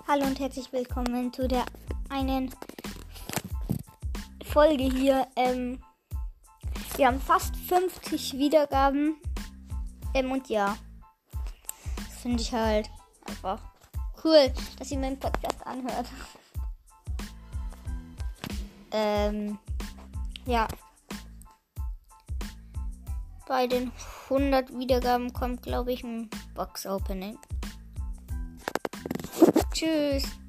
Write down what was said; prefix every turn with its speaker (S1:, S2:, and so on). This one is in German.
S1: Hallo und herzlich willkommen zu der einen Folge hier. Wir haben fast 50 Wiedergaben. Und ja, das finde ich halt einfach cool, dass ihr meinen Podcast anhört. Ja. Bei den 100 Wiedergaben kommt, glaube ich, ein Box-Opening. Tschüss.